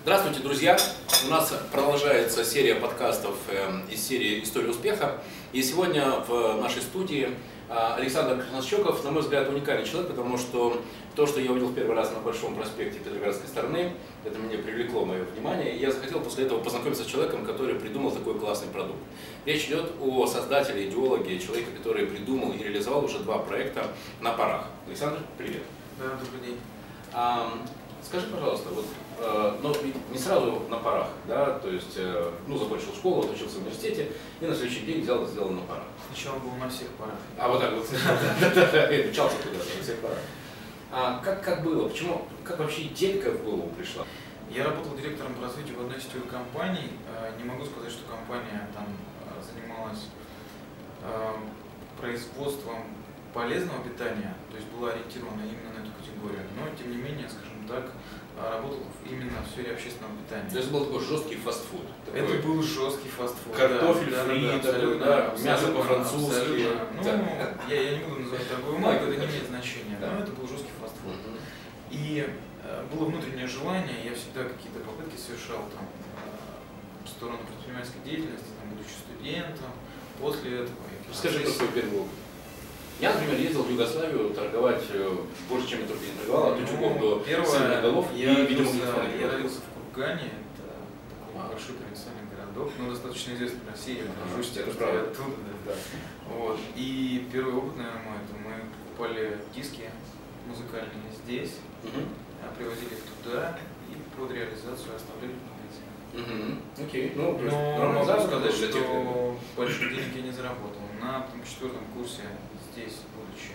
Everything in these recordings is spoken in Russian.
Здравствуйте, друзья! У нас продолжается серия подкастов из серии «История успеха». И сегодня в нашей студии Александр Краснощеков, на мой взгляд, уникальный человек, потому что то, что я увидел в первый раз на Большом проспекте Петроградской стороны, это меня привлекло мое внимание. И я захотел после этого познакомиться с человеком, который придумал такой классный продукт. Речь идет о создателе, идеологе, человеке, который придумал и реализовал уже 2 проекта на парах. Александр, привет! Да, добрый день. Скажи, пожалуйста, вот, но не сразу на парах, да, то есть, закончил школу, отучился в университете и на следующий день взял и сделал на парах. Сначала был на всех парах. А вот так вот, учался куда-то на всех парах. Как было? Почему? Как вообще идея в голову пришла? Я работал директором по развитию в одной сетевой компании. Не могу сказать, что компания там занималась производством полезного питания, то есть была ориентирована именно на эту категорию, но тем не менее, скажем так, работал именно в сфере общественного питания. То есть был такой жесткий фастфуд? Это был жесткий фастфуд. Картофель фри, мясо по-французски. Я не буду называть торговую марку, это не имеет значения, но это был жесткий фастфуд. И было внутреннее желание, я всегда какие-то попытки совершал там в сторону предпринимательской деятельности, там, будучи студентом, после этого. Расскажи про свой первый опыт. Я, например, ездил в Югославию торговать больше, чем я только не торговал, от утюгов до сырных голов и видеомагнитофонов. Я родился в Кургане, это такой большой провинциальный городок, но достаточно известный в России, я нахожусь оттуда. Да. Вот. И первый опыт, наверное, мой, это мы покупали диски музыкальные здесь, привозили их туда и под реализацию оставляли в магазине. Окей, но могу сказать, что больших денег я не заработал. На 4-м курсе здесь, будучи,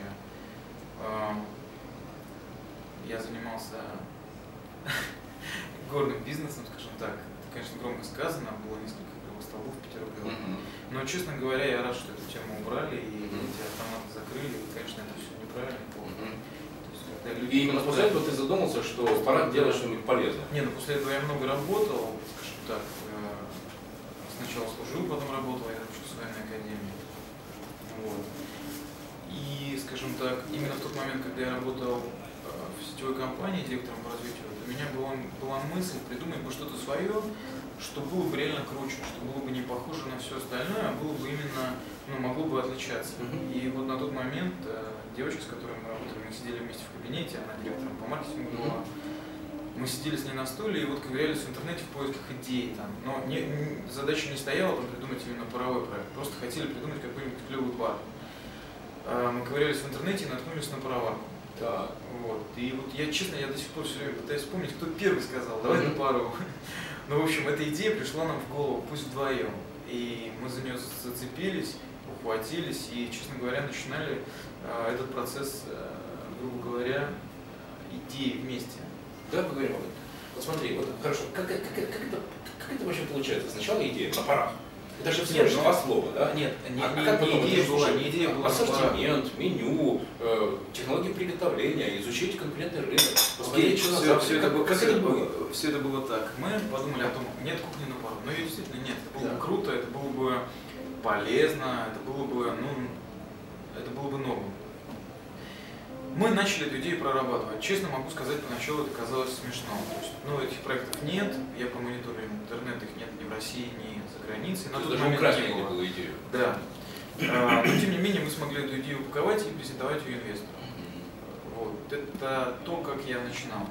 я занимался горным бизнесом, скажем так. Это, конечно, громко сказано, было несколько игровых столбов пятиругровых. Но, честно говоря, я рад, что эту тему убрали и эти автоматы закрыли. И, конечно, это все неправильно, плохо. И именно после этого ты задумался, что пора делать что-нибудь полезное? Нет, но после этого я много работал, скажем так. Сначала служил, потом работал, я учился в военной академии. Вот. И, скажем так, именно в тот момент, когда я работал в сетевой компании директором по развитию, у меня была мысль придумать бы что-то свое, что было бы реально круче, что было бы не похоже на все остальное, а было бы именно, могло бы отличаться. И вот на тот момент девочка, с которой мы работали, мы сидели вместе в кабинете, она директором по маркетингу была. Мы сидели с ней на стуле и вот ковырялись в интернете в поисках идей. Там. Но задача не стояла там придумать именно паровой проект, просто хотели придумать какой-нибудь клевый бар. Мы ковырялись в интернете и наткнулись на пароварку. Да. Вот. И вот я, честно, до сих пор все время пытаюсь вспомнить, кто первый сказал, давай на пару. Ну, в общем, эта идея пришла нам в голову, пусть вдвоем. И мы за нее зацепились, ухватились и, честно говоря, начинали этот процесс, грубо говоря, идеи вместе. Давай поговорим об этом. Вот смотри, вот хорошо, как это вообще получается? Сначала идея на парах. Это же всего лишь 2 слова, да? Нет, не идея была. Ассортимент, меню, технологии приготовления, изучить конкурентный рынок, посмотреть, что на Западе. Все это было так. Мы подумали о том, нет кухни на пару. Но ее действительно нет. Это было бы круто, это было бы полезно, это было бы новым. Мы начали эту идею прорабатывать. Честно могу сказать, поначалу это казалось смешно. То есть, этих проектов нет, я промониторил интернет, их нет ни в России, ни за границей. На тот момент не было идею. Да. Но тем не менее мы смогли эту идею упаковать и презентовать ее инвесторам. Вот. Это то, как я начинал.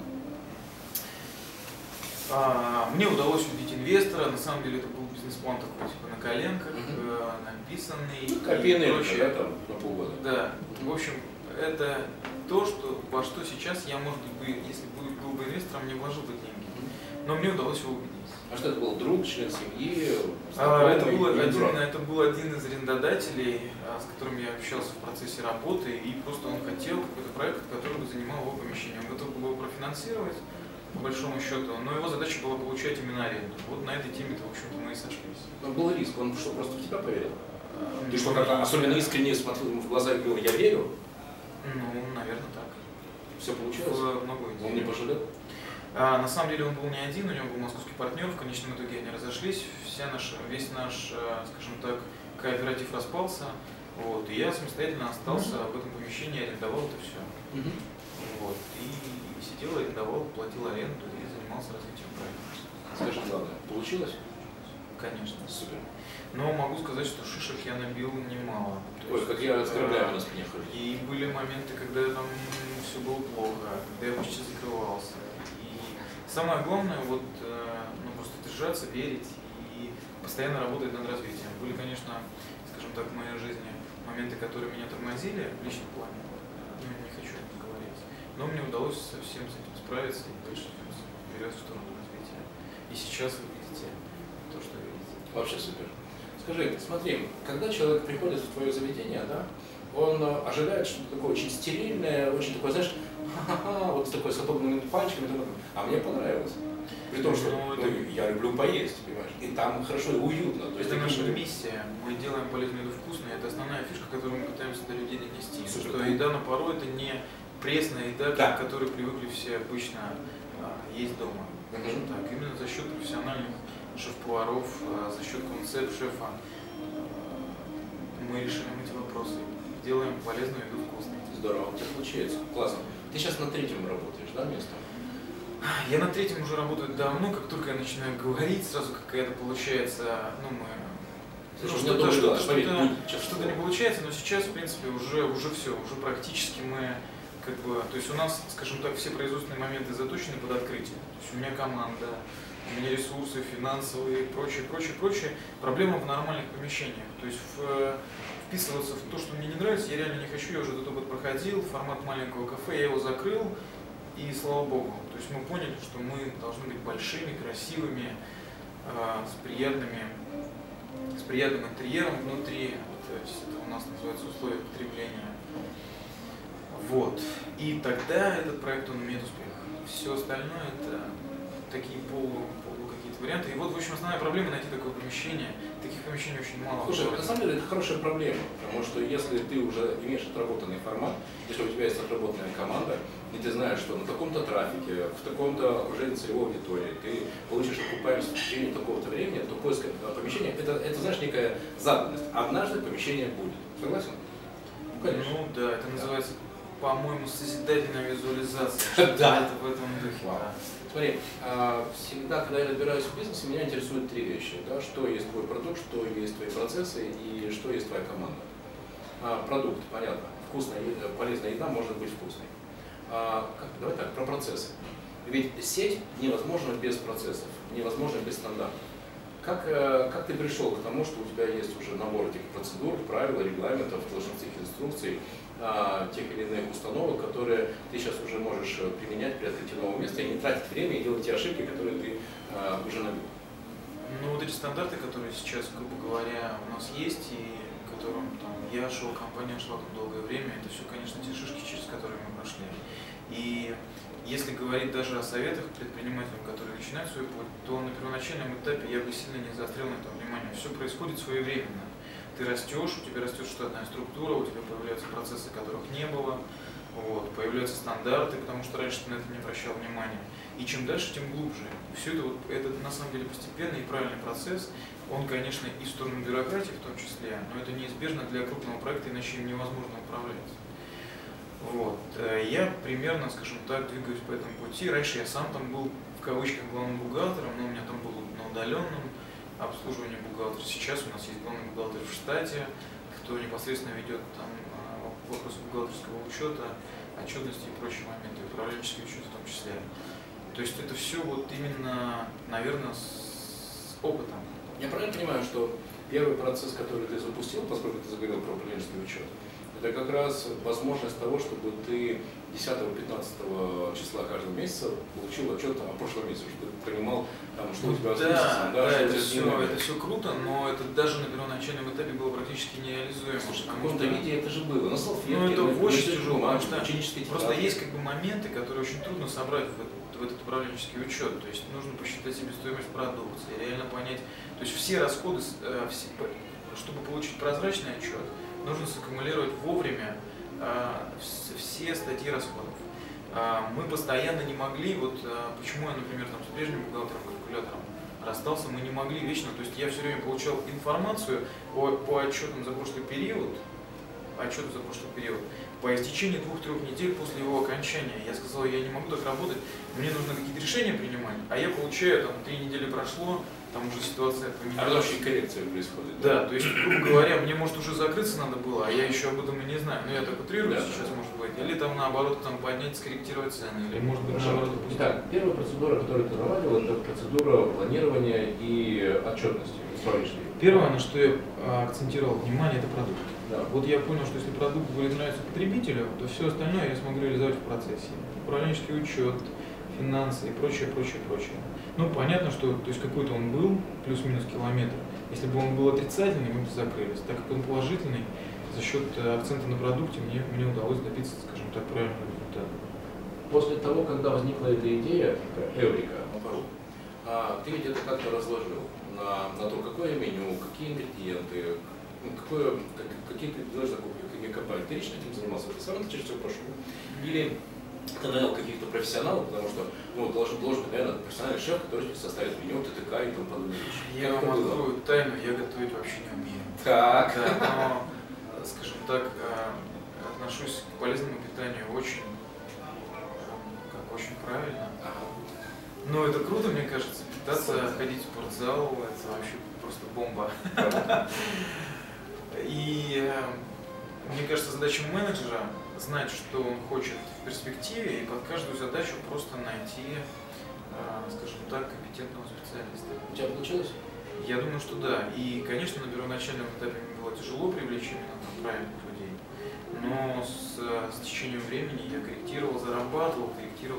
Мне удалось убедить инвестора, на самом деле это был бизнес-план такой, типа на коленках, написанный. Копийный, там, на полгода. Да. В общем, это то, во что сейчас я, может быть, если был бы инвестором, не вложил бы деньги. Но мне удалось его убедить. А что это был? Друг, член семьи? Это был один из арендодателей, с которым я общался в процессе работы, и просто он хотел какой-то проект, который бы занимал его помещение. Он готов был его профинансировать, по большому счету, но его задача была получать именно аренду. Вот на этой теме-то, в общем-то, мы и сошлись. Но был риск, он что, просто в тебя поверил? Ты что, как-то особенно искренне смотрел ему в глаза и говорил, я верю? Наверное, так. Все получилось? Он не пожалел? На самом деле он был не один, у него был московский партнер, в конечном итоге они разошлись, весь наш, скажем так, кооператив распался, и я самостоятельно остался в этом помещении, арендовал это все. Вот, и сидел, арендовал, платил аренду и занимался занимался развитием проекта. Скажи, главное, получилось? Конечно. Супер. Но могу сказать, что шишек я набил немало. Ой, как я с кораблями на спине ходил. И были моменты, когда там все было плохо, когда я почти закрывался. И самое главное, вот, ну, просто держаться, верить и постоянно работать над развитием. Были, конечно, скажем так, в моей жизни моменты, которые меня тормозили в личном плане. Ну, не хочу о них говорить. Но мне удалось совсем с этим справиться и дальше двигаться вперед в сторону развития. И сейчас вы видите то, что видите. Вообще супер. Скажи, смотри, когда человек приходит в твое заведение, да, он ожидает что-то такое очень стерильное, очень такое, знаешь, ха-ха-ха, вот с такой с отогнутыми пальчиками, а мне понравилось. При том, что я люблю поесть, понимаешь, и там хорошо и уютно. То есть это наша миссия, мы делаем полезную еду вкусной, это основная фишка, которую мы пытаемся до людей донести. Супер. Что еда на пару это не пресная еда, да. к которой привыкли все обычно есть дома. Скажем так, именно за счет профессиональных шеф-поваров, за счет концепт-шефа мы решаем эти вопросы, делаем полезную еду вкусной. Здорово, у тебя получается, классно. Ты сейчас на третьем работаешь, да, место? Я на третьем уже работаю давно, как только я начинаю говорить, сразу какая-то получается, ну мы... что-то не получается, но сейчас, в принципе, уже все, уже практически мы как бы, то есть у нас, скажем так, все производственные моменты заточены под открытие. То есть у меня команда, у меня ресурсы финансовые, прочее. Проблема в нормальных помещениях. То есть вписываться в то, что мне не нравится, я реально не хочу, я уже этот опыт проходил, формат маленького кафе, я его закрыл, и слава богу. То есть мы поняли, что мы должны быть большими, красивыми, с приятным интерьером внутри. То есть это у нас называется условия потребления. Вот. И тогда этот проект, он имеет успех. Все остальное это такие полу какие-то варианты. И вот, в общем, основная проблема найти такое помещение. Таких помещений очень мало. Слушай, на самом деле это хорошая проблема, потому что если ты уже имеешь отработанный формат, если у тебя есть отработанная команда, и ты знаешь, что на таком-то трафике, в таком-то уже целевой аудитории ты получишь окупаемость в течение такого-то времени, то поиск помещения, это знаешь, некая заданность. Однажды помещение будет. Согласен? Ну, конечно. Ну да, это называется, по-моему, созидательная визуализация. Да. Это в этом духе. Смотри, всегда, когда я разбираюсь в бизнесе, меня интересуют три вещи. Да? Что есть твой продукт, что есть твои процессы и что есть твоя команда. Продукт, понятно. Вкусная еда, полезная еда может быть вкусной. Давай так, про процессы. Ведь сеть невозможна без процессов, невозможна без стандартов. Как ты пришел к тому, что у тебя есть уже набор этих процедур, правил, регламентов, должностных инструкций, тех или иных установок, которые ты сейчас уже можешь применять при открытии нового места и не тратить время и делать те ошибки, которые ты уже набил? Ну вот эти стандарты, которые сейчас, грубо говоря, у нас есть и которым там, я шел, компания шла там долгое время, это все, конечно, те шишки, через которые мы прошли. И если говорить даже о советах предпринимателям, которые начинают свой путь, то на первоначальном этапе я бы сильно не заострил на этом внимание. Все происходит своевременно. Ты растешь, у тебя растет штатная структура, у тебя появляются процессы, которых не было, вот, появляются стандарты, потому что раньше ты на это не обращал внимания. И чем дальше, тем глубже. И все это, вот, это на самом деле постепенный и правильный процесс. Он, конечно, и в сторону бюрократии в том числе, но это неизбежно для крупного проекта, иначе им невозможно управлять. Вот. Я примерно, скажем так, двигаюсь по этому пути. Раньше я сам там был, в кавычках, главным бухгалтером, но у меня там был на удаленном обслуживании бухгалтера. Сейчас у нас есть главный бухгалтер в штате, кто непосредственно ведет там вопросы бухгалтерского учета, отчетности и прочие моменты, управленческий учет в том числе. То есть это все вот именно, наверное, с опытом. Я правильно понимаю, что первый процесс, который ты запустил, поскольку ты заговорил про управленческий учет, это как раз возможность того, чтобы ты 10-15 числа каждого месяца получил отчет о прошлом месяце, чтобы ты понимал, там, что у тебя остается. Да, это все круто, но это даже на первоначальном этапе было практически нереализуемо. Слушай, в каком-то виде это же было, на салфетке, ну, это очень тяжело, потому что ученические просто есть как бы моменты, которые очень трудно собрать в этот управленческий учет. То есть нужно посчитать себестоимость продукции, реально понять, то есть все расходы, чтобы получить прозрачный отчет, нужно саккумулировать вовремя все статьи расходов. Мы постоянно не могли, вот почему я, например, там, с прежним бухгалтером-калькулятором расстался, мы не могли вечно, то есть я все время получал информацию по отчетам за прошлый период, отчету за прошлый период. По истечении 2-3 недель после его окончания я сказал, я не могу так работать, мне нужно какие-то решения принимать, а я получаю, там 3 недели прошло, там уже ситуация поменялась. А вообще коррекция происходит. Да, то есть, грубо говоря, мне, может, уже закрыться надо было, а я еще об этом и не знаю. Но я так утрирую сейчас, может быть. Или там наоборот там поднять, скорректировать цены, или может быть наоборот допустить. Итак, первая процедура, которую ты наладил, это процедура планирования и отчетности. Первое, на что я акцентировал внимание, это продукт. Да. Вот я понял, что если продукт будет нравиться потребителю, то все остальное я смогу реализовать в процессе. Управленческий учет, финансы и прочее, прочее, прочее. Ну, понятно, что то есть какой-то он был, плюс-минус километр. Если бы он был отрицательный, мы бы закрылись. Так как он положительный, за счет акцента на продукте мне удалось добиться, скажем так, правильного результата. После того, когда возникла эта идея, Эврика, ты ведь это как-то разложил на то, какое меню, какие ингредиенты, какие ты делаешь закупки, какие компании. Ты лично этим занимался? Ты сам это через все прошел? Или ты нанял каких-то профессионалов, потому что должен быть, наверное, профессиональный шеф, который составит меню, ТТК и тому подобное вещи. Я вам открою тайну, я готовить вообще не умею. Так. Да, но, скажем так, отношусь к полезному питанию очень правильно. Но это круто, мне кажется, питаться, ходить в спортзал, это вообще просто бомба. И мне кажется, задача менеджера знать, что он хочет в перспективе, и под каждую задачу просто найти, скажем так, компетентного специалиста. У тебя получилось? Я думаю, что да. И, конечно, на первоначальном этапе мне было тяжело привлечь именно правильных людей. Но с течением времени я корректировал, зарабатывал.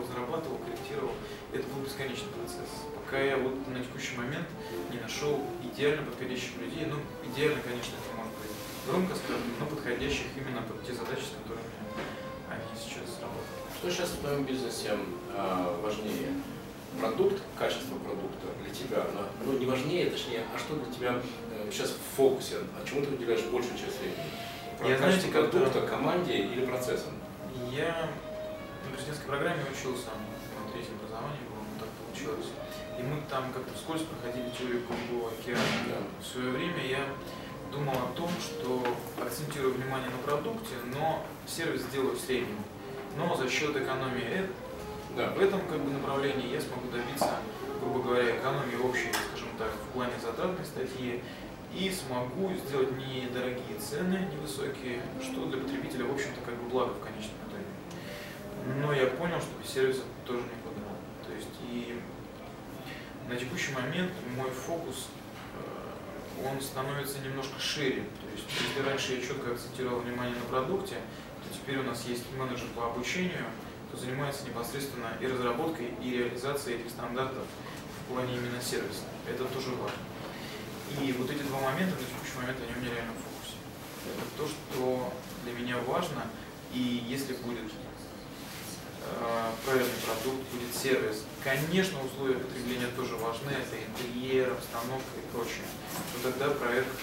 Это был бесконечный процесс. Пока я вот на текущий момент не нашел идеально подходящих людей. Ну, идеально, конечно, это может быть громко сказано, но подходящих именно под те задачи, с которыми они сейчас работают. Что сейчас в твоем бизнесе важнее? Продукт, качество продукта для тебя, ну не важнее, точнее, а что для тебя сейчас в фокусе, а чему ты уделяешь большую часть времени? Качество продукта, команде или процессам? Я на президентской программе учился, на 3-м образовании было, так получилось. И мы там как-то вскользь проходили теорию Голубого океана. Да. В свое время я думал о том, что акцентирую внимание на продукте, но сервис сделаю средним. Но за счет экономии в этом направлении я смогу добиться, грубо говоря, экономии общей, скажем так, в плане затратной статьи, и смогу сделать недорогие цены, невысокие, что для потребителя, в общем-то, благо в конечном итоге. Но я понял, что без сервиса тоже никуда. То есть и на текущий момент мой фокус, он становится немножко шире. То есть если раньше я четко акцентировал внимание на продукте, то теперь у нас есть менеджер по обучению, кто занимается непосредственно и разработкой, и реализацией этих стандартов в плане именно сервиса. Это тоже важно. И вот эти два момента, на текущий момент, они у меня реально в фокусе. Это то, что для меня важно, и если будет правильный продукт, будет сервис, конечно, условия потребления тоже важны, это интерьер, обстановка и прочее, то тогда проект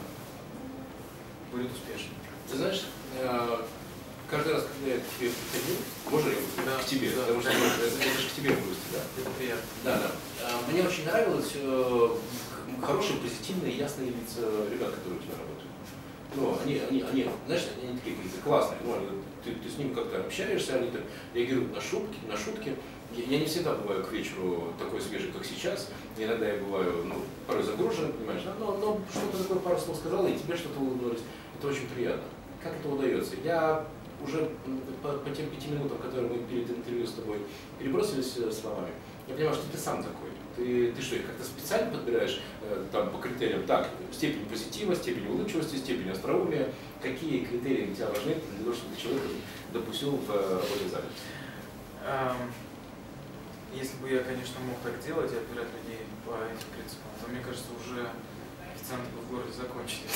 будет успешным. Ты знаешь, каждый раз, когда я к тебе приходил, можно ли к тебе, потому что это же к тебе в гости, да? Это приятно. Да. Мне очень нравилось хорошие, позитивные, ясные лица ребят, которые у тебя работают. Ну, они, знаешь, они такие какие-то классные, ты с ними как-то общаешься, они так реагируют на шутки. Я не всегда бываю к вечеру такой свежий, как сейчас. Иногда я бываю, порой загружен, понимаешь, но что-то такое, пару слов сказал, и тебе что-то улыбнулось. Это очень приятно. Как это удается? Я уже по тем 5 минутам, которые мы перед интервью с тобой перебросились словами, я понимаю, что ты сам такой. Ты что, их как-то специально подбираешь там, по критериям? Так, степень позитива, степень улыбчивости, степень остроумия. Какие критерии для тебя важны для того, чтобы человек допустил в работе зале? Если бы я, конечно, мог так делать и отбирать людей по этим принципам, то, мне кажется, уже официанты бы в городе закончили.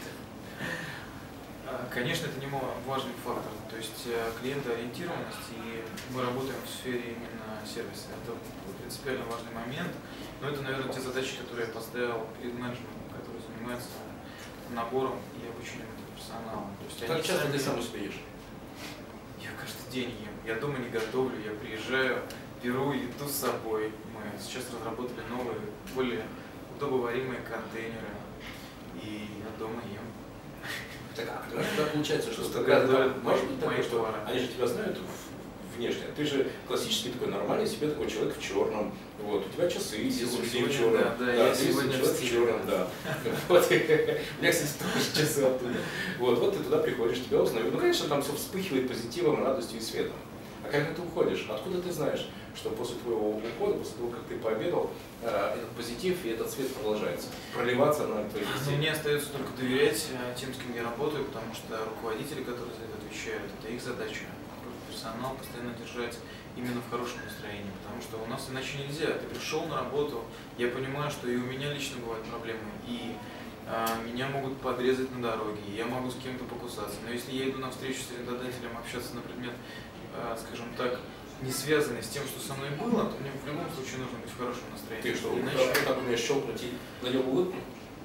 Конечно, это немаловажный фактор, то есть клиентоориентированность, и мы работаем в сфере именно сервиса. Это принципиально важный момент, но это, наверное, те задачи, которые я поставил перед менеджментом, который занимается набором и обучением этого персонала. Как часто ты сам у себя ешь? Я каждый день ем. Я дома не готовлю, я приезжаю, беру еду с собой. Мы сейчас разработали новые, более удобоваримые контейнеры, и я дома ем. Так, а тогда получается, что может быть такое, что они же тебя знают внешне. Ты же классический такой нормальный себе такой человек в черном. Вот, у тебя часы, все в черном. Да, я сегодня человек в черном, да. Вот, у меня, кстати, тоже часы оттуда. Вот ты туда приходишь, тебя узнают. Ну, конечно, там все вспыхивает позитивом, радостью и светом. А когда ты уходишь, откуда ты знаешь, что после твоего ухода, после того, как ты пообедал, этот позитив и этот свет продолжается, проливаться на твои гостей? Мне остается только доверять тем, с кем я работаю, потому что руководители, которые за это отвечают, это их задача. Персонал постоянно держать именно в хорошем настроении, потому что у нас иначе нельзя. Ты пришел на работу, я понимаю, что и у меня лично бывают проблемы, и меня могут подрезать на дороге, я могу с кем-то покусаться, но если я иду на встречу с арендодателем общаться на предмет, скажем так, не связанный с тем, что со мной было, то мне в любом случае нужно быть в хорошем настроении. Ты что, иначе так умеешь щелкнуть и на нем улыбку?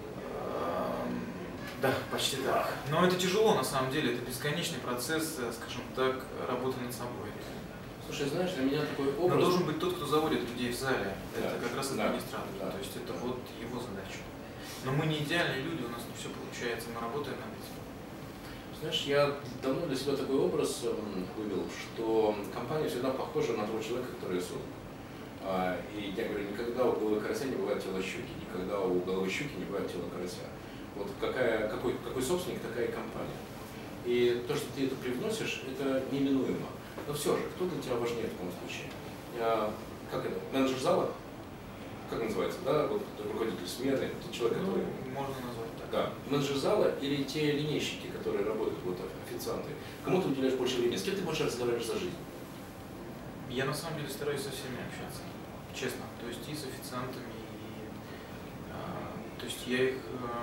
Да, почти так. Но это тяжело на самом деле, это бесконечный процесс, скажем так, работы над собой. Слушай, знаешь, для меня такой образ... Но должен быть тот, кто заводит людей в зале. Да, это как раз администратор. Да. То есть это вот его задача. Но мы не идеальные люди, у нас не все получается, мы работаем над этим. Знаешь, я давно для себя такой образ вывел, что компания всегда похожа на того человека, который ее создал. И я говорю, никогда у головы карася не бывает тела щуки, никогда у головы щуки не бывает тела карася. Вот какой собственник, такая и компания. И то, что ты это привносишь, это неминуемо. Но все же, кто для тебя важнее в таком случае? Как это? Менеджер зала? Как называется? Да? Вот руководитель смены, тот человек, который... Можно назвать так. Да. Менеджер зала или те линейщики, которые работают, вот официанты? Кому ты уделяешь больше времени? С кем ты больше разговариваешь за жизнь? Я на самом деле стараюсь со всеми общаться. Честно. То есть и с официантами, то есть я их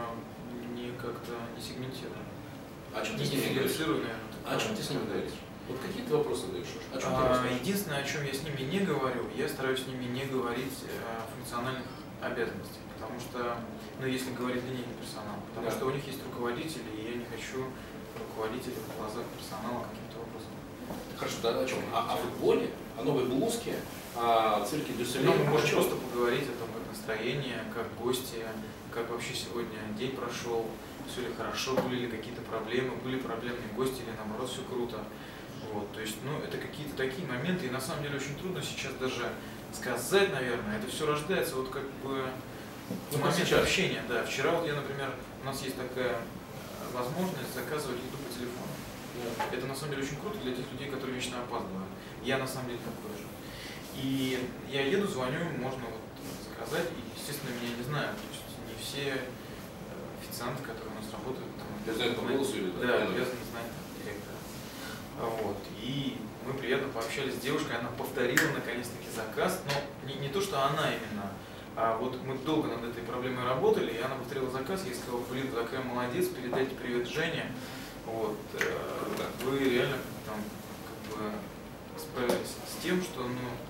как-то не сегментирую. А о чем ты с ними говоришь? О чем ты с ними говоришь? Вот какие ты вопросы даешь? О чем ты единственное, о чем я с ними не говорю, я стараюсь с ними не говорить о функциональных обязанностях, потому что, если говорить линейный персонал, потому что у них есть руководители, и я не хочу руководителей в глазах персонала каким-то образом. Хорошо, да, о чем? О футболе? О новой блузке? О цирке Дюсселье? Мы можем просто поговорить о том, как настроение, как гости, как вообще сегодня день прошел, все ли хорошо, были ли какие-то проблемы, были проблемные гости или наоборот все круто. Вот, то есть, это какие-то такие моменты, и на самом деле очень трудно сейчас даже сказать, наверное, это все рождается вот как бы в момент общения. Да. Вчера вот я, например, у нас есть такая возможность заказывать еду по телефону. Это на самом деле очень круто для тех людей, которые вечно опаздывают. Я на самом деле такой же. И я еду, звоню, можно вот заказать, и, естественно, меня не знают. То есть не все официанты, которые у нас работают, обязаны по голосу или обязаны знать директора. Вот. И мы приятно пообщались с девушкой, она повторила наконец-таки заказ, но не то, что она именно, а вот мы долго над этой проблемой работали, и она повторила заказ, я сказал, блин, ты такая молодец, передайте привет Жене. Вот. Вы реально там как бы справились с тем, что,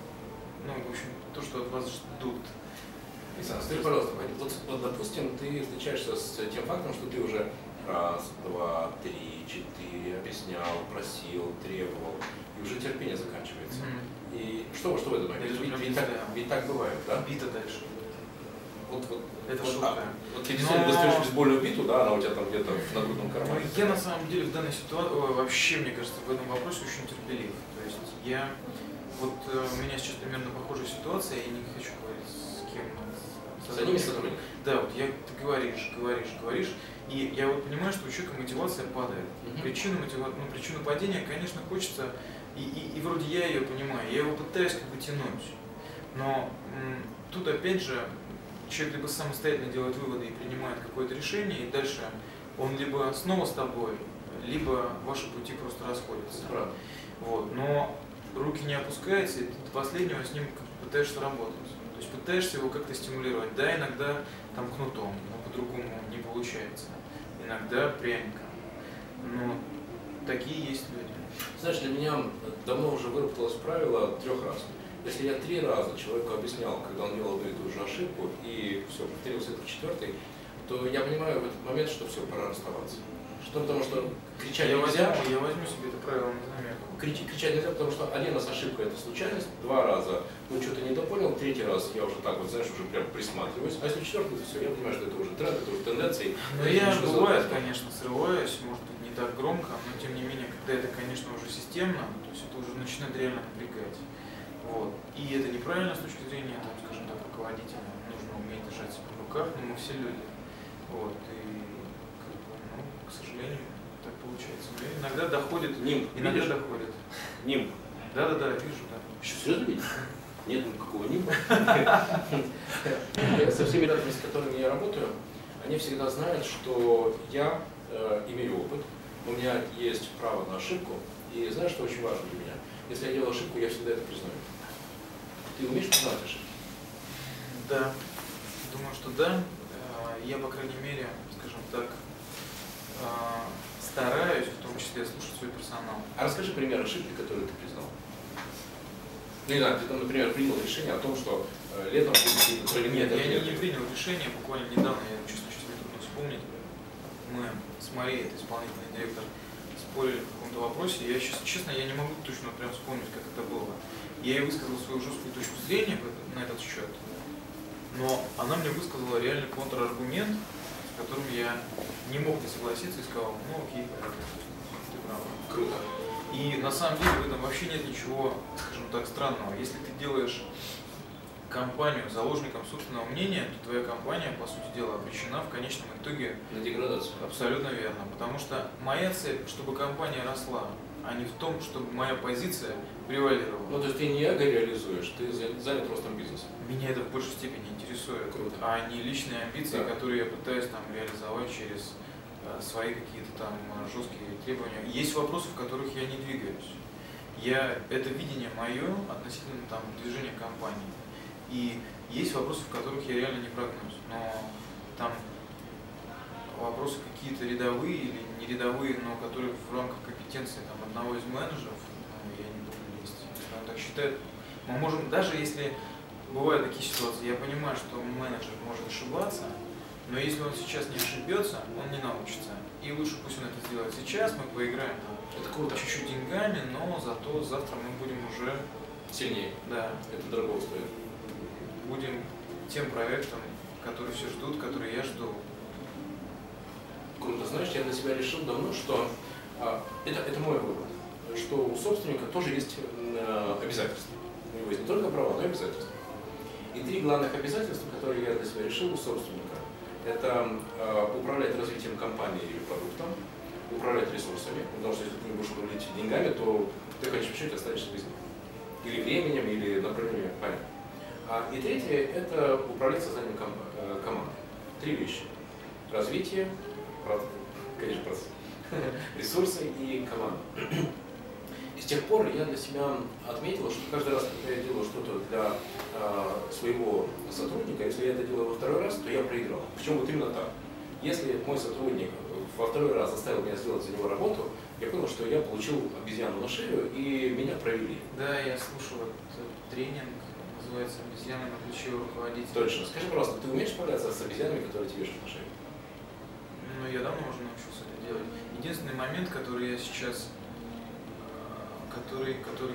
в общем, то, что от вас ждут. Александр, скажи, пожалуйста, вот, допустим, ты встречаешься с тем фактом, что ты уже раз, два, три, четыре объяснял, просил, требовал, и уже терпение заканчивается. И что в этом момент? Ведь так бывает, да? Бита дальше. Это шутка. Вот ты действительно достаешь бейсбольную биту, да, она у тебя там где-то в нагрудном кармане. Я на самом деле в данной ситуации, вообще, мне кажется, в этом вопросе очень терпелив. То есть у меня сейчас примерно похожая ситуация, я не хочу говорить с кем. С одним сотрудником. Да, вот ты говоришь, и я вот понимаю, что у человека мотивация падает. Причину падения, конечно, хочется, и вроде я ее понимаю, я его пытаюсь как бы тянуть. Но тут опять же человек либо самостоятельно делает выводы и принимает какое-то решение, и дальше он либо снова с тобой, либо ваши пути просто расходятся. Правда. Вот. Но руки не опускаются, и ты до последнего с ним пытаешься работать. То есть пытаешься его как-то стимулировать. Да, иногда там кнутом, но по-другому не получается. Иногда пряником. Но такие есть люди. Знаешь, для меня давно уже выработалось правило 3 раз. Если я 3 раза человеку объяснял, когда он делал одну и ту же ошибку, и все, повторился это в 4-й, то я понимаю в этот момент, что все, пора расставаться. Что потому что кричать Я нельзя. возьму себе это правило на заметку. Кричать нельзя, потому что один раз ошибка — это случайность, 2 раза, ну что-то недопонял, 3-й раз я уже так вот, знаешь, уже прям присматриваюсь, а если 4-й, то все, я понимаю, что это уже тренд, это уже тенденции. Но я, бывает, конечно, срываюсь, может быть, не так громко, но тем не менее, когда это, конечно, уже системно, то есть это уже начинает реально напрягать. Вот. И это неправильно с точки зрения, там, скажем так, руководителя. Нужно уметь держать себя в руках, но мы все люди. Вот. И, как бы, ну, к сожалению, так получается. Но иногда доходит. Иногда видишь? доходит. Нимб. Да, вижу, да. Что, серьезно видишь? Нет никакого нимба. Со всеми ребятами, с которыми я работаю, они всегда знают, что я имею опыт, у меня есть право на ошибку, и знаешь, что очень важно для меня? Если я делаю ошибку, я всегда это признаю. Ты умеешь признать ошибку? Да, думаю, что да. Я, по крайней мере, скажем так, стараюсь, в том числе, слушать свой персонал. А расскажи пример ошибки, которую ты признал. Ну, не знаю, ты там, например, принял решение о том, что летом будет Нет, я не принял решение, буквально недавно, честно, сейчас мне трудно вспомнить. Мы с Марией, это исполнительный директор, спорили в каком-то вопросе. Я сейчас, честно, я не могу точно прям вспомнить, как это было. Я ей высказал свою жесткую точку зрения на этот счет, но она мне высказала реальный контраргумент, с которым я не мог не согласиться и сказал, ну окей, ты прав. Круто. И на самом деле в этом вообще нет ничего, скажем так, странного. Если ты делаешь компанию заложником собственного мнения, то твоя компания, по сути дела, обречена в конечном итоге на деградацию. Абсолютно верно. Потому что моя цель, чтобы компания росла, а не в том, чтобы моя позиция превалировала. Ну, то есть ты не эго реализуешь, ты занят ростом бизнеса. Меня это в большей степени интересует. Круто. А не личные амбиции, Да. которые я пытаюсь там реализовать через свои какие-то там жесткие требования. Есть вопросы, в которых я не двигаюсь. Это видение мое относительно там движения компании. И есть вопросы, в которых я реально не прогнусь. Но там вопросы какие-то рядовые или не рядовые, но которые в рамках компетенции там, одного из менеджеров, я не буду лезть. Если он так считает, мы можем, даже если бывают такие ситуации, я понимаю, что менеджер может ошибаться, но если он сейчас не ошибется, он не научится. И лучше пусть он это сделает сейчас, мы поиграем Это круто. чуть-чуть деньгами, но зато завтра мы будем уже Сильнее. да, Это дорого стоит. будем тем проектом, который все ждут, который я жду. Круто. Знаешь, я для себя решил давно, что это мой вывод, что у собственника тоже есть обязательства. У него есть не только права, но и обязательства. И 3 главных обязательства, которые я для себя решил у собственника, это управлять развитием компании или продукта, управлять ресурсами, потому что если ты не будешь управлять деньгами, то ты в конечном счете останешься без них. Или временем, или направлением компании. И третье – это управлять созданием команды. 3 вещи. Развитие, конечно, процесс, ресурсы и команда. И с тех пор я для себя отметил, что каждый раз, когда я делаю что-то для своего сотрудника, если я это делаю во 2-й раз, то я проиграл. Причем вот именно так. Если мой сотрудник во 2-й раз заставил меня сделать за него работу, я понял, что я получил обезьяну на шею и меня провели. Да, я слушал этот тренинг, называется «Обезьяна на плече у руководителя». Точно. Скажи, пожалуйста, ты умеешь справляться с обезьянами, которые тебе вешают на шею? Ну, я давно уже научился это делать. Единственный момент, который я сейчас, который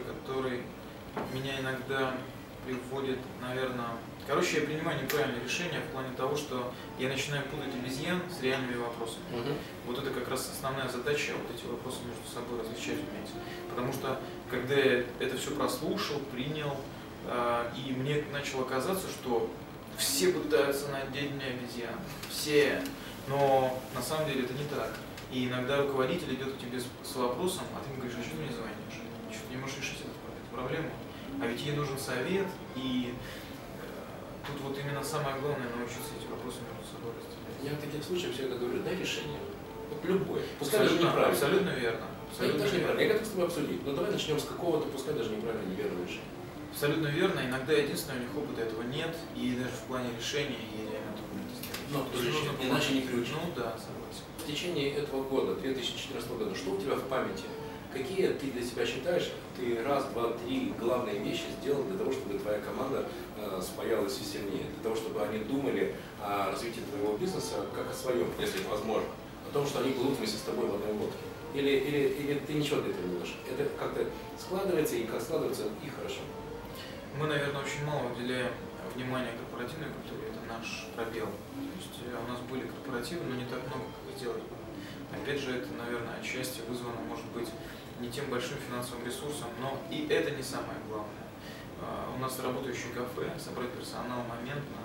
меня иногда приводит, наверное... Короче, я принимаю неправильные решения в плане того, что я начинаю путать обезьян с реальными вопросами. Вот это как раз основная задача, вот эти вопросы между собой различать уметь. Потому что, когда я это все прослушал, принял, и мне начало казаться, что все пытаются надеть мне обезьян, все, но на самом деле это не так. И иногда руководитель идет к тебе с вопросом, а ты ему говоришь, а что ты мне звонишь? Что ты не можешь решить эту проблему? А ведь ей нужен совет, и тут вот именно самое главное научиться эти вопросы между собой разделять. Я в таких случаях всегда говорю, дай решение. Вот любое. Пускай даже неправильно. Абсолютно верно. Даже неправильно. Я готов с тобой обсудить. Но давай начнем с какого-то, пускай даже неправильно, неверного решения. Абсолютно верно. Иногда единственное, у них опыта этого нет, и даже в плане решения я реально трудно это сделать. Но иначе не приучен. Ну да, согласен. В течение этого года, 2014 года, что у тебя в памяти? Какие ты для себя считаешь, ты 1, 2, 3 главные вещи сделал для того, чтобы твоя команда спаялась и сильнее, для того, чтобы они думали о развитии твоего бизнеса как о своем, если это возможно, о том, что они плывут вместе с тобой в одной лодке? Или ты ничего для этого не делаешь? Это как-то складывается, и как складывается, и хорошо. Мы, наверное, очень мало уделяем внимания корпоративной культуре, это наш пробел. То есть у нас были корпоративы, но не так много, как сделать. Опять же, это, наверное, отчасти вызвано, может быть, не тем большим финансовым ресурсом, но и это не самое главное. У нас работающее кафе, собрать персонал моментно,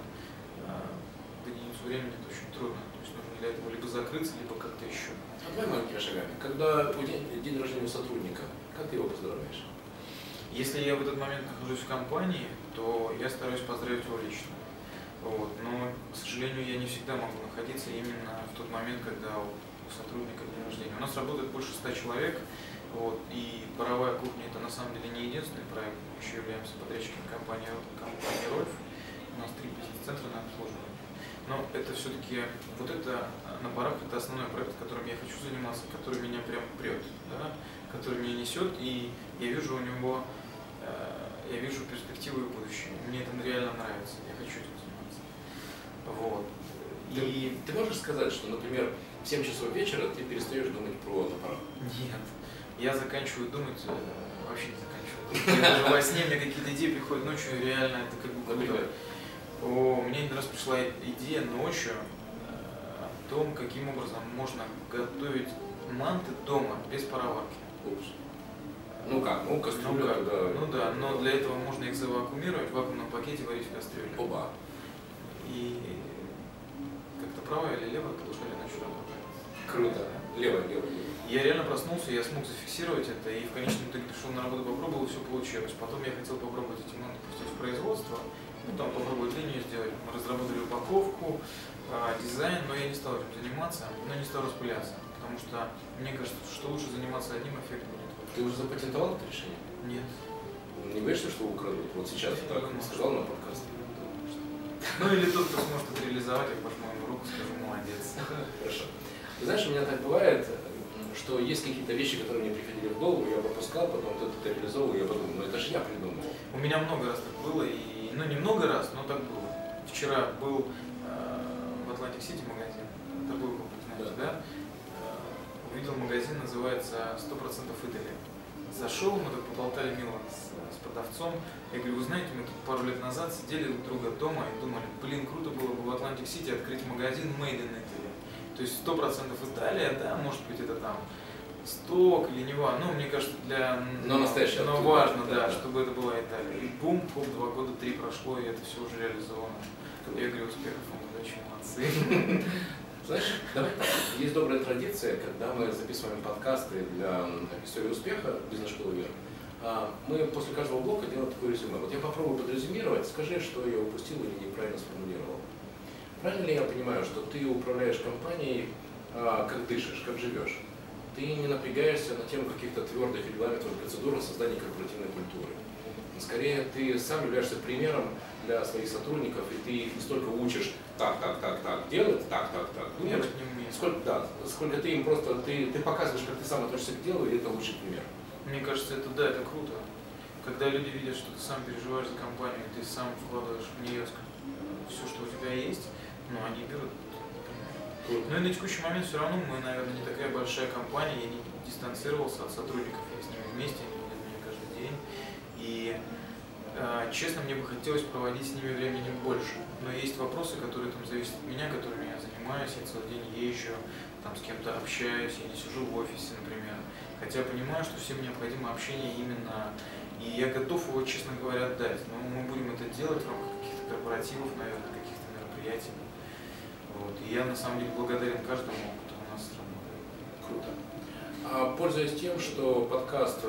в единицу времени это очень трудно. То есть нужно для этого либо закрыться, либо как-то еще. А давай маленькими шагами. Когда день рождения у сотрудника, как ты его поздравляешь? Если я в этот момент нахожусь в компании, то я стараюсь поздравить его лично. Вот. Но, к сожалению, я не всегда могу находиться именно в тот момент, когда у сотрудника день рождения. У нас работает больше 100 человек, вот, и паровая кухня это на самом деле не единственный проект. Мы еще являемся подрядчиком компании Рольф. У нас 3 бизнес-центра на обслуживание. Но это все-таки, вот это на парах, это основной проект, которым я хочу заниматься, который меня прям прет, да? Который меня несет, и я вижу у него, я вижу перспективы и будущее. Мне это реально нравится, я хочу этим заниматься. Вот. Ты можешь сказать, что, например, в 7 часов вечера ты перестаешь думать про аппарат? Нет. Я заканчиваю думать, вообще не заканчиваю думать. Я даже во сне мне какие-то идеи приходят ночью, реально это как бы круто. У меня один раз пришла идея ночью о том, каким образом можно готовить манты дома без пароварки. Ну как, кастрюля туда... Ну да, но для этого можно их завакуумировать в вакуумном пакете, варить в кастрюле. Оба. И как-то правая или левая полушарие начали работать. Круто. Левая. Я реально проснулся, я смог зафиксировать это, и в конечном итоге пришел на работу, попробовал, и все получилось. Потом я хотел попробовать эти манты пустить в производство, там попробовать линию сделать. Мы разработали упаковку, дизайн, но я не стал этим заниматься, но не стал распыляться. Потому что мне кажется, что лучше заниматься одним эффектом. Ты уже запатентовал это решение? Нет. Не боишься, что украдут? Вот сейчас ты так сказал на подкасте. Ну или тот, кто сможет это реализовать, я пожму ему руку, скажу, молодец. Хорошо. Ты знаешь, у меня так бывает, что есть какие-то вещи, которые мне приходили в голову, я пропускал, потом кто-то это реализовал, и я подумал, ну это же я придумал. У меня много раз так было, и, ну не много раз, но так было. Вчера был в Атлантик-Сити магазин, торговый комплекс, знаете, да? Увидел магазин, называется 100% Italy. Зашел, мы так поболтали мило с продавцом. Я говорю, вы знаете, мы тут пару лет назад сидели у друга дома и думали, блин, круто было бы в Атлантик-Сити открыть магазин Made in Italy. То есть 100% Италия, да, может быть это там сток или не важно. Ну, мне кажется, но настоящее. Но важно, да, чтобы это была Италия. И бум, хоп, 2 года, 3 прошло, и это все уже реализовано. Я говорю, успехов вам, удачи, молодцы. Знаешь, давай так. Есть добрая традиция, когда мы записываем подкасты для истории успеха бизнес-школы «Вверх». Мы после каждого блока делаем такое резюме. Вот я попробую подрезюмировать, скажи, что я упустил или неправильно сформулировал. Правильно ли я понимаю, что ты управляешь компанией, как дышишь, как живешь? Ты не напрягаешься на тему каких-то твердых регламентов, процедур создания корпоративной культуры. Скорее, ты сам являешься примером для своих сотрудников, и ты их не столько учишь так делать, так. Я так не умею. Сколько ты им просто, ты показываешь, как ты сам относишься к делу, и это лучший пример. Мне кажется, это да, это круто. Когда люди видят, что ты сам переживаешь за компанию, ты сам вкладываешь в нее все, что у тебя есть, ну, они берут. Но и на текущий момент все равно мы, наверное, не такая большая компания, я не дистанцировался от сотрудников, я с ними вместе, они видят меня каждый день. И честно, мне бы хотелось проводить с ними времени больше. Но есть вопросы, которые там зависят от меня, которыми я занимаюсь, я целый день езжу, там с кем-то общаюсь, я не сижу в офисе, например. Хотя понимаю, что всем необходимо общение именно, и я готов его, честно говоря, дать. Но мы будем это делать в рамках каких-то корпоративов, наверное, каких-то мероприятий. Вот. И я на самом деле благодарен каждому, кто у нас работает. Круто. Пользуясь тем, что подкаст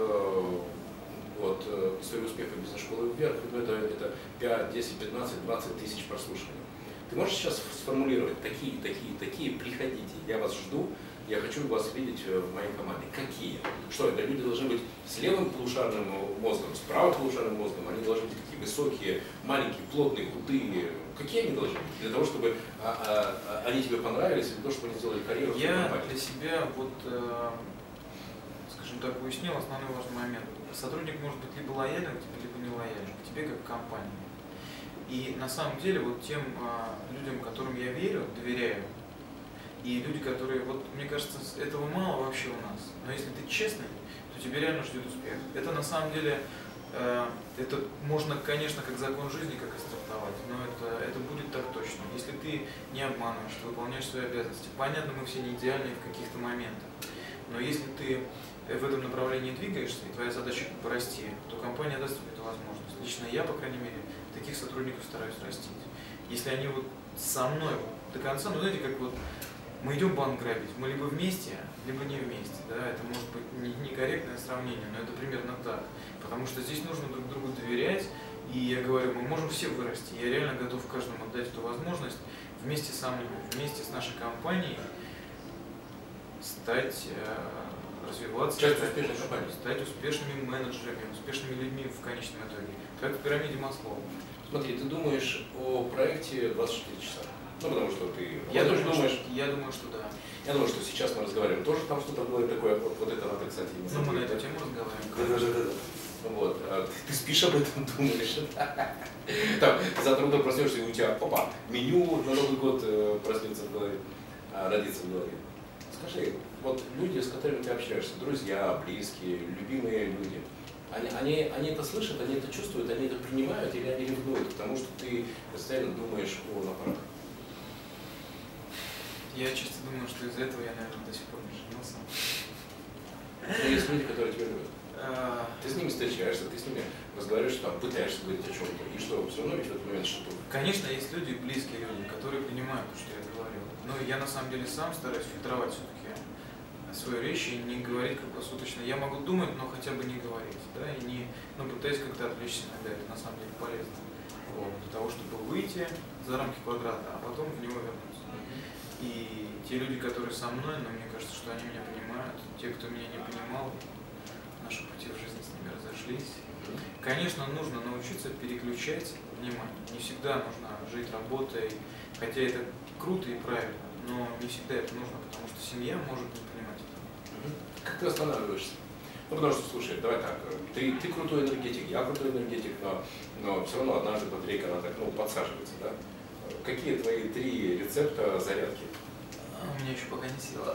вот «История успеха бизнес-школы вверх», это 5, 10, 15, 20 тысяч прослушиваний. Ты можешь сейчас сформулировать такие, приходите, я вас жду, я хочу вас видеть в моей команде. Какие? Что это? Люди должны быть с левым полушарным мозгом, с правым полушарным мозгом, они должны быть такие высокие, маленькие, плотные, худые. Какие они должны быть? Для того, чтобы они тебе понравились, или для того, чтобы они сделали карьеру в твоей компании? Я для себя скажем так, уяснил основной важный момент. Сотрудник может быть либо лоялен к тебе, либо не лоялен к тебе как к компании. И на самом деле вот тем людям, которым я верю, доверяю, И люди, которые, вот мне кажется, этого мало вообще у нас. Но если ты честный, то тебе реально ждет успех. Это на самом деле, это можно, конечно, как закон жизни, как и стартовать, но это будет так точно. Если ты не обманываешь, ты выполняешь свои обязанности. Понятно, мы все не идеальны в каких-то моментах. Но если ты в этом направлении двигаешься, и твоя задача порасти, то компания даст тебе эту возможность. Лично я, по крайней мере, таких сотрудников стараюсь растить. Если они вот со мной до конца, ну знаете, как вот мы идем банк грабить, мы либо вместе, либо не вместе, да, это может быть некорректное сравнение, но это примерно так, потому что здесь нужно друг другу доверять, и я говорю, мы можем все вырасти, я реально готов каждому отдать эту возможность вместе со мной, вместе с нашей компанией стать, развиваться, стать успешными менеджерами, успешными людьми в конечном итоге, как в пирамиде Маслоу. Смотри, ты думаешь о проекте 24 часа. Ну, потому что ты... Я думаю, что да. Я думаю, что сейчас мы разговариваем. Тоже там что-то было такое, вот это надо, кстати, не забыть. Ну, мы на эту тему разговариваем. Вот. Ты спишь об этом, думаешь. Там, завтра утром проснешься, и у тебя, опа, меню на Новый год проснется в голове, родится в голове. Скажи, вот люди, с которыми ты общаешься, друзья, близкие, любимые люди, они это слышат, они это чувствуют, они это принимают или они ревнуют, потому что ты постоянно думаешь о напарах? Я часто думаю, что из-за этого я, наверное, до сих пор не женился. Но есть люди, которые тебя любят. Ты с ними встречаешься, ты с ними разговариваешь, там, пытаешься говорить о чем-то, и что, все равно ведь в этот момент что-то... Конечно, есть люди, близкие люди, которые принимают то, что я говорю. Но я на самом деле сам стараюсь фильтровать все-таки свою речь и не говорить круглосуточно. Я могу думать, но хотя бы не говорить, да, и не, пытаюсь как-то отвлечься иногда, это на самом деле полезно. Вот, для того, чтобы выйти за рамки квадрата, а потом в него вернуться. И те люди, которые со мной, но мне кажется, что они меня понимают, те, кто меня не понимал, наши пути в жизни с ними разошлись. Конечно, нужно научиться переключать внимание. Не всегда нужно жить работой, хотя это круто и правильно, но не всегда это нужно, потому что семья может не понимать это. Как ты останавливаешься? Ну, потому что, слушай, давай так, ты крутой энергетик, я крутой энергетик, но все равно однажды батарейка, она так, подсаживается, да? Какие твои 3 рецепта зарядки? У меня еще пока не сила.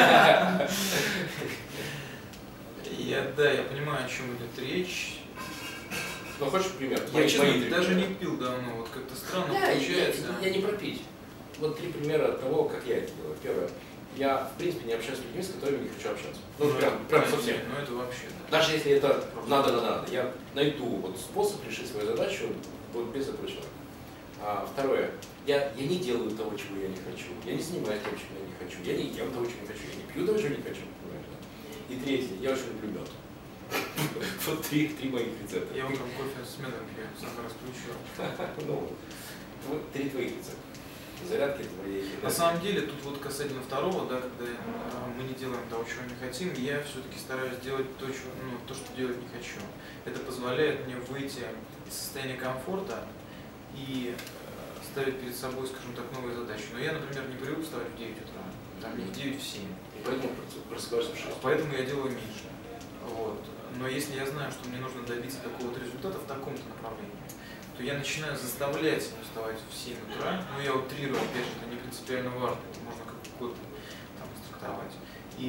Я понимаю, о чем идет речь. Ну, хочешь пример? Я, честно, даже не пил давно, вот как-то странно получается. Я не про пить. Вот 3 примера того, как я это делаю. Первое. Я, в принципе, не общаюсь с людьми, с которыми не хочу общаться. Ну, прям совсем. Ну, это вообще. Даже если это надо. Я найду вот способ решить свою задачу вот без этого человека. Второе. Я не делаю того, чего я не хочу. Я не занимаюсь тем, чего я не хочу. Я не ем того, чего не хочу. Я не пью того, чего не хочу. И третье. Я очень люблю мед. Вот 3 моих рецепта. Я утром кофе с медом пью, сахар исключил. Ну, вот 3 твоих рецепта. Зарядки твоей. На самом деле, тут вот касательно второго, да, когда мы не делаем того, чего не хотим, я все-таки стараюсь делать то, что делать не хочу. Это позволяет мне выйти из состояния комфорта и ставить перед собой, скажем так, новые задачи. Но я, например, не привык вставать в 9 утра, там не в 9, в 7. И поэтому просыпаешься в 6. Поэтому я делаю меньше. Вот. Но если я знаю, что мне нужно добиться какого-то результата в таком-то направлении, то я начинаю заставлять себя вставать в 7 утра, но я утрирую, опять же, это не принципиально важно, это можно как угодно там трактовать.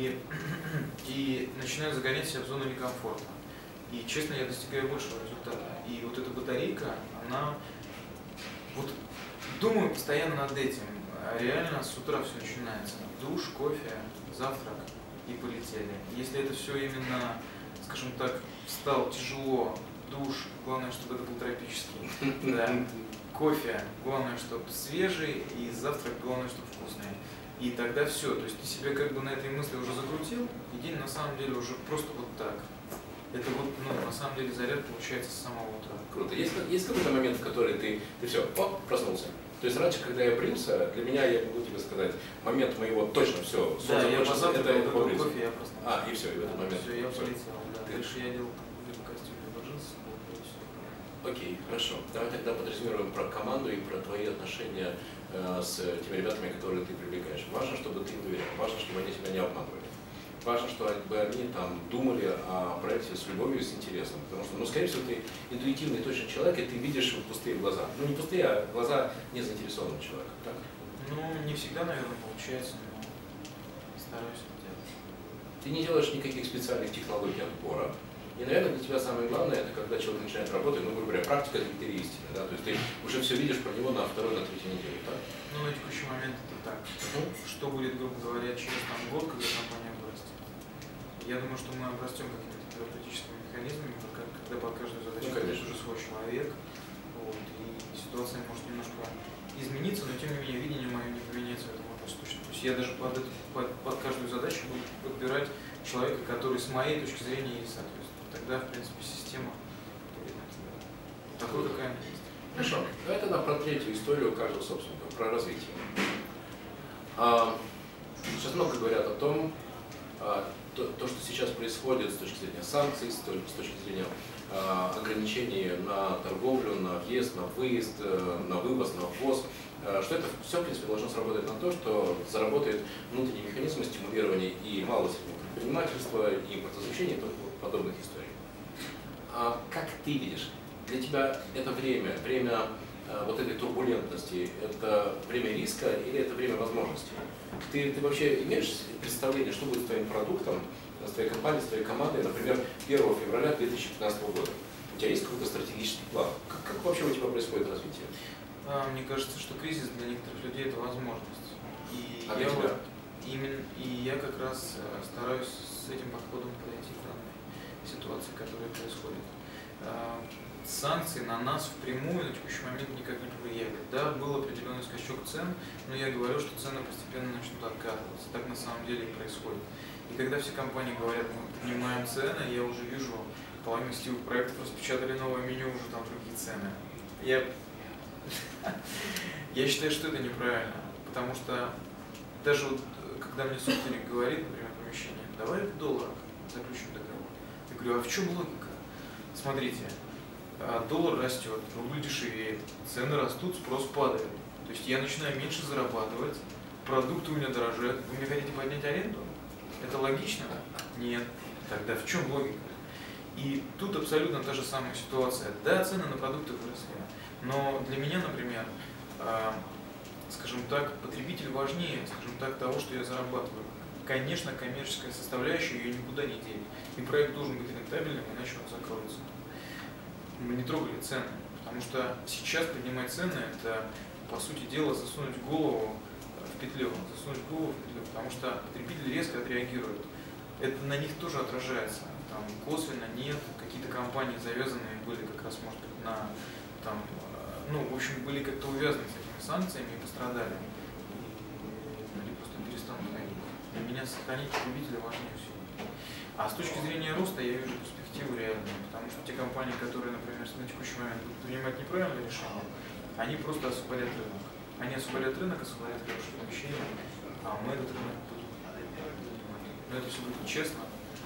И начинаю загонять себя в зону некомфорта. И, честно, я достигаю большего результата. И вот эта батарейка, она, вот, думаю постоянно над этим. Реально с утра все начинается. Душ, кофе, завтрак и полетели. Если это все именно, скажем так, встал тяжело, душ, главное, чтобы это был тропический, да. Кофе, главное, чтобы свежий, и завтрак, главное, чтобы вкусный. И тогда все, то есть ты себя как бы на этой мысли уже закрутил, и день на самом деле уже просто вот так. Это вот, на самом деле заряд получается с самого утра. Круто. Есть какой-то момент, в который ты все, проснулся? То есть раньше, когда я брился, для меня, я могу тебе сказать, момент моего точно все, да, я позавтракал, это кофе, я проснулся. И все, и в этот момент. Все, я полетел, да. Дальше я делал костюм, либо джинсы, и все. Окей, хорошо. Давай тогда подразумируем про команду и про твои отношения с теми ребятами, которые ты привлекаешь. Важно, чтобы ты им доверял, важно, чтобы они тебя не обманывали. Важно, чтобы они там думали о проекте с любовью и с интересом. Потому что, скорее всего, ты интуитивный точно человек, и ты видишь пустые глаза. Ну, не пустые, а глаза не заинтересованного человека, так? Ну, не всегда, наверное, получается, но стараюсь это делать. Ты не делаешь никаких специальных технологий отбора. И, наверное, для тебя самое главное, это когда человек начинает работать, ну, грубо говоря, практика критерий истины, да, то есть ты уже все видишь про него на второй, на третьей неделе, так? Ну, на текущий момент это так. Что будет, грубо говоря, через год, когда компания вырастет? Я думаю, что мы обрастем какими-то терапевтическими механизмами, когда под каждую задачу будет уже свой человек, вот, и ситуация может немножко измениться, но тем не менее видение мое не поменяется в этом вопросе точно. То есть я даже под каждую задачу буду подбирать человека, который с моей точки зрения есть соответствует. Тогда, в принципе, система такой, какая она есть. Хорошо. Давай тогда про третью историю каждого собственника, про развитие. Сейчас много говорят о том, то, что сейчас происходит с точки зрения санкций, с точки зрения ограничений на торговлю, на въезд, на выезд, на вывоз, на ввоз, что это все, в принципе, должно сработать на то, что заработает внутренний механизм стимулирования и малого и среднего предпринимательства, и импортозамещения, и подобных историй. Как ты видишь, для тебя это время вот этой турбулентности, это время риска или это время возможностей? Ты вообще имеешь представление, что будет с твоим продуктом, с твоей компанией, с твоей командой, например, 1 февраля 2015 года? У тебя есть какой-то стратегический план? Как вообще у тебя происходит развитие? Мне кажется, что кризис для некоторых людей – это возможность. И для тебя? Я как раз стараюсь с этим подходом подойти к данной ситуации, которая происходит. Санкции на нас впрямую на текущий момент никак не повлияли. Да, был определенный скачок цен, но я говорю, что цены постепенно начнут откатываться. Так на самом деле и происходит. И когда все компании говорят, мы поднимаем цены, я уже вижу, половину сетевых проектов распечатали новое меню, уже там другие цены. Я считаю, что это неправильно, потому что даже вот, когда мне собственник говорит, например, помещение, давай в долларах заключим договор. Я говорю, а в чем логика? Смотрите, доллар растет, рубль дешевеет, цены растут, спрос падает. То есть я начинаю меньше зарабатывать, продукты у меня дорожают. Вы мне хотите поднять аренду? Это логично? Нет. Тогда в чем логика? И тут абсолютно та же самая ситуация. Да, цены на продукты выросли, но для меня, например, скажем так, потребитель важнее, скажем так, того, что я зарабатываю. Конечно, коммерческая составляющая ее никуда не денет. И проект должен быть рентабельным, иначе он закроется. Мы не трогали цены, потому что сейчас поднимать цены – это, по сути дела, засунуть голову в петлю, потому что потребитель резко отреагирует. Это на них тоже отражается. Там косвенно нет, какие-то компании завязанные были как раз, может быть, на там, в общем, были как-то увязаны с этими санкциями и пострадали. Или просто перестанут ходить. Для меня сохранить потребителя важнее всего. А с точки зрения роста я вижу перспективу реальную, потому что те компании, которые, например, на текущий момент будут принимать неправильные решения, они просто освободят рынок. Они освободят рынок, освободят хорошие помещения, а мы этот рынок будем занимать. Но это все будет честно.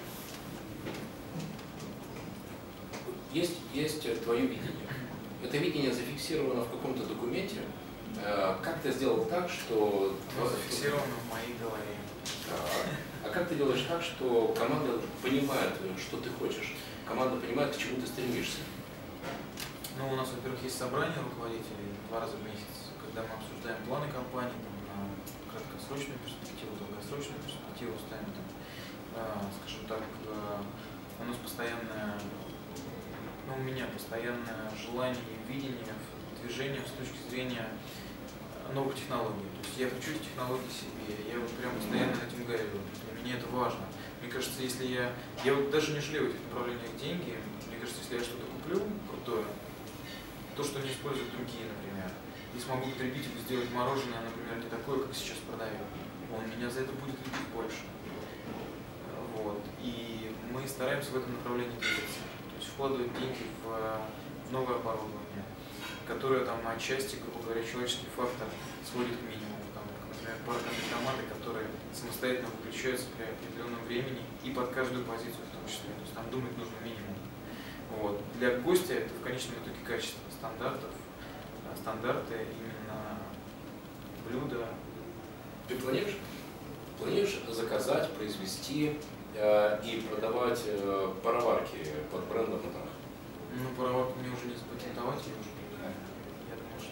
Есть твое видение. Это видение зафиксировано в каком-то документе. Как ты сделал так, что... Оно зафиксировано в моей голове. А как ты делаешь так, что команда понимает, что ты хочешь? Команда понимает, к чему ты стремишься? У нас, во-первых, есть собрание руководителей 2 раза в месяц, когда мы обсуждаем планы компании на краткосрочную перспективу, долгосрочную перспективу, ставим скажем так, у нас постоянное, у меня постоянное желание и видение движения с точки зрения новых технологий. То есть я хочу эти технологии себе, я вот прям постоянно этим горю. Для меня это важно. Мне кажется, если я вот даже не жалею в этих направлениях деньги, мне кажется, если я что-то куплю крутое, то, что не используют другие, например, и смогу потребителю сделать мороженое, например, не такое, как сейчас продаю, он меня за это будет любить больше. Вот. И мы стараемся в этом направлении двигаться. То есть вкладывать деньги в новое оборудование, которое там отчасти, грубо говоря, человеческий фактор сводит к минимуму. Там, например, парк-автоматы, которые самостоятельно выключаются при определенном времени и под каждую позицию в том числе. То есть там думать нужно минимум. Вот. Для гостя это в конечном итоге качество стандарты именно блюда. Ты планируешь заказать, произвести и продавать пароварки под брендом Матах? Пароварку мне уже не запатентовать, я уже понимаю. Я думаю, что...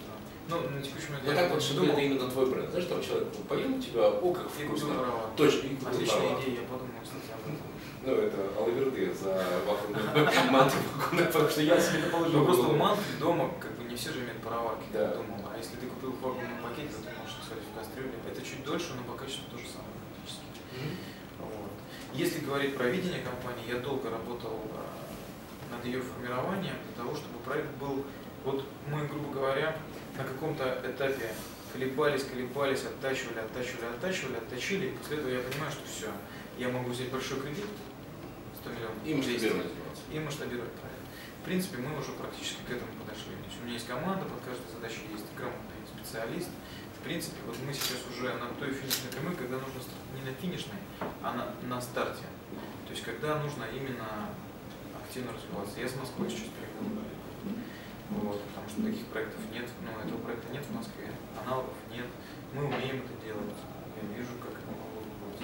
Ну, на текущий момент я так вот, чтобы это именно твой бренд. Знаешь, там человек поел у тебя, о, как вкусно. Точно, и купил отличная права. идея, я подумал, кстати, об этом. Ну, это алаверды за вакуумную манту, потому что я себе это положил. Ну, просто в манты дома, как бы не все же имеют пароварки, да. Я думал. А если ты купил в вакуумном пакете, то ты можешь сварить в кастрюле. Это чуть дольше, но по качеству то же самое практически. Вот. Если говорить про видение компании, я долго работал над ее формированием для того, чтобы проект был, вот мы, грубо говоря, на каком-то этапе колебались, оттачивали, отточили, и после этого я понимаю, что все, я могу взять большой кредит, 100 миллионов, и масштабировать проект. В принципе, мы уже практически к этому подошли. То есть у меня есть команда, под каждой задачей есть грамотный специалист. В принципе, вот мы сейчас уже на той финишной прямой, когда нужно не на финишной, а на старте. То есть когда нужно именно активно развиваться. Я с Москвы сейчас переехал. Вот, потому что таких проектов нет, ну, этого проекта нет в Москве, аналогов нет. Мы умеем это делать. Я вижу, как это могло быть.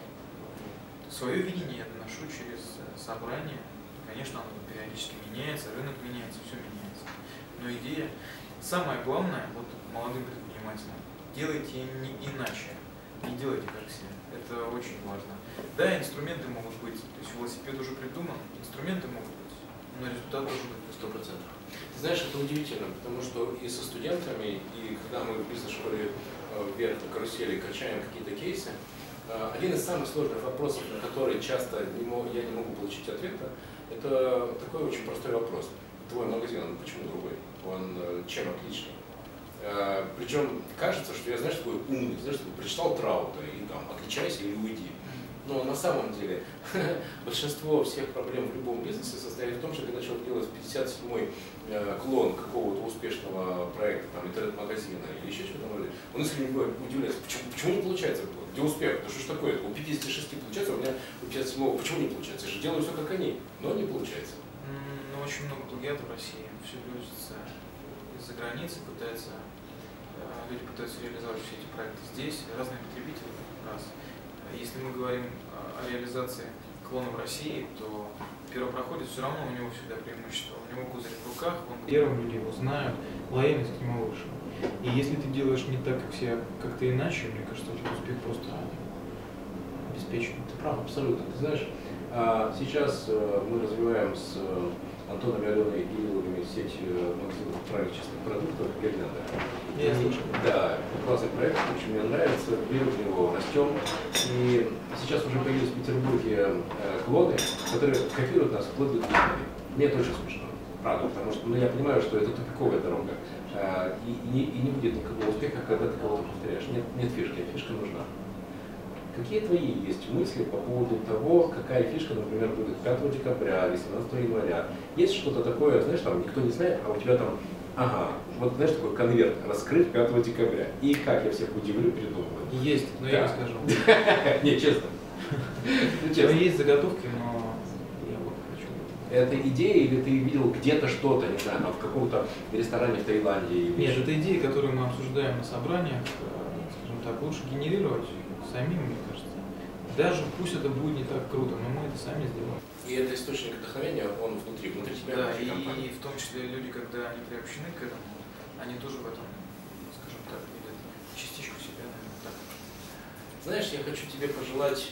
Свое видение я доношу через собрание. Конечно, оно периодически меняется, рынок меняется, все меняется. Но идея, самое главное, вот молодым предпринимателям, делайте не иначе, не делайте как все. Это очень важно. Да, инструменты могут быть, то есть велосипед уже придуман, инструменты могут быть, но результат должен быть 100%. Ты знаешь, это удивительно, потому что и со студентами, и когда мы в бизнес-школе вверх на карусели качаем какие-то кейсы, один из самых сложных вопросов, на который часто я не могу получить ответа, это такой очень простой вопрос. Твой магазин, он почему другой? Он чем отличный? Причем кажется, что я, знаешь, такой умный, знаешь, прочитал Траута и там отличайся или уйди. Но на самом деле большинство всех проблем в любом бизнесе состоит в том, что когда человек делает 57-й клон какого-то успешного проекта, там, интернет-магазина или еще чего-то, он искренне удивляется, почему не получается? Где успех? Да что ж такое? У 56 получается, у меня у 57-го почему не получается? Я же делаю все как они, но не получается. Ну, очень много плагиатов в России, все грузится из-за границы, люди пытаются реализовать все эти проекты здесь, разные потребители, раз. Если мы говорим о реализации клона в России, то первопроходец все равно у него всегда преимущество. У него козырь в руках, он первым, люди его знают, лояльность к нему выше. И если ты делаешь не так, как все, как-то иначе, мне кажется, у тебя успех просто обеспечен. Ты прав, абсолютно. Ты знаешь, сейчас мы развиваем с Антоном и Аленой Гилевыми сеть магазинов правительственных продуктов «Гирлянда». Я слышал. Да, классный проект, очень мне нравится, верю в него, растем. И сейчас уже появились в Петербурге клоны, которые копируют нас вплоть до Твиттера. Мне это очень смешно, правда, потому что я понимаю, что это тупиковая дорога. И не будет никакого успеха, когда ты кого-то повторяешь. Нет фишки, а фишка нужна. Какие твои есть мысли по поводу того, какая фишка, например, будет 5 декабря или 17 января? Есть что-то такое, знаешь, там никто не знает, а у тебя там, вот знаешь, такой конверт раскрыт 5 декабря. И как я всех удивлю, придумываю. Есть, но я не скажу. Не, честно. Есть заготовки, но я вот хочу. Это идея или ты видел где-то что-то, не знаю, там в каком-то ресторане в Таиланде? Нет, это идеи, которые мы обсуждаем на собраниях, скажем так, лучше генерировать самим, мне кажется. Даже пусть это будет не так круто, но мы это сами сделаем. И это источник вдохновения, он внутри тебя. Да, и в том числе люди, когда они приобщены к этому, они тоже в этом, скажем так, видят частичку себя, наверное, так. Знаешь, я хочу тебе пожелать,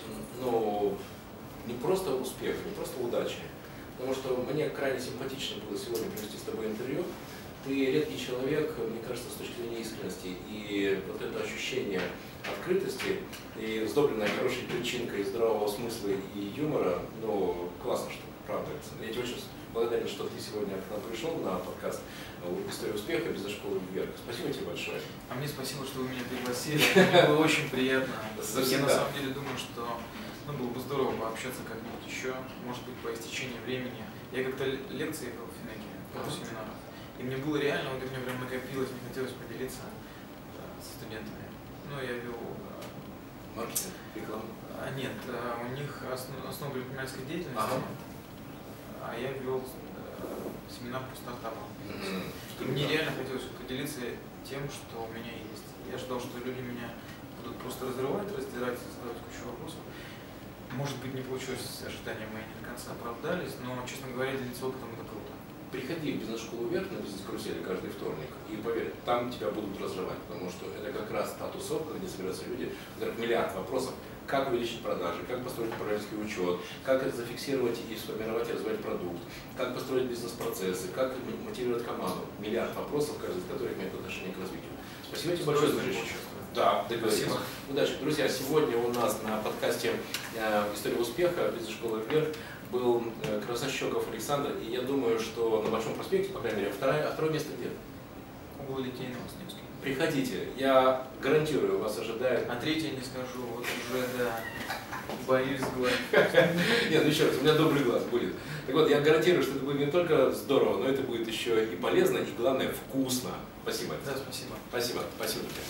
не просто успеха, не просто удачи, потому что мне крайне симпатично было сегодня провести с тобой интервью. Ты редкий человек, мне кажется, с точки зрения искренности, и вот это ощущение открытости, и сдобренная хорошей причинкой здравого смысла и юмора, классно, что правда. Я тебе очень благодарен, что ты сегодня к нам пришел на подкаст «История успеха. Бизнес-школы вверх». Спасибо тебе большое. А мне спасибо, что вы меня пригласили. Мне было очень приятно. Я на самом деле думаю, что было бы здорово пообщаться как-нибудь еще, может быть, по истечении времени. Я как-то лекции вел в Финеке, по семинару. И мне было реально, вот у меня прям накопилось, мне хотелось поделиться со студентами. Я вел... Маркетинг, рекламу? Нет, у них основа предпринимательской деятельности, а я вел семинар по стартапам. И мне реально хотелось поделиться тем, что у меня есть. Я ждал, что люди меня будут просто разрывать, раздирать, задавать кучу вопросов. Может быть, не получилось, ожидания мои не до конца оправдались, но, честно говоря, делиться опытом это круто. приходи в бизнес-школу «Вверх» на бизнес-карусели каждый вторник, и поверь, там тебя будут разрывать, потому что это как раз та тусовка, где собираются люди, у которых миллиард вопросов, как увеличить продажи, как построить управленческий учет, как это зафиксировать и сформировать и развивать продукт, как построить бизнес-процессы, как мотивировать команду. Миллиард вопросов, каждый из которых имеет отношение к развитию. Спасибо тебе большое, дружище. Да, договорились. Удачи. Друзья, сегодня у нас на подкасте «История успеха» бизнес-школы «Вверх» был Краснощеков Александр, и я думаю, что на Большом проспекте, по крайней мере, второе место где? Угол Литейного с Невским. Приходите, я гарантирую, вас ожидает. А третье не скажу, вот уже, да, боюсь говорить. Нет, ну еще раз, у меня добрый глаз будет. Так вот, я гарантирую, что это будет не только здорово, но это будет еще и полезно, и главное, вкусно. Спасибо. Да, спасибо. Спасибо, друзья.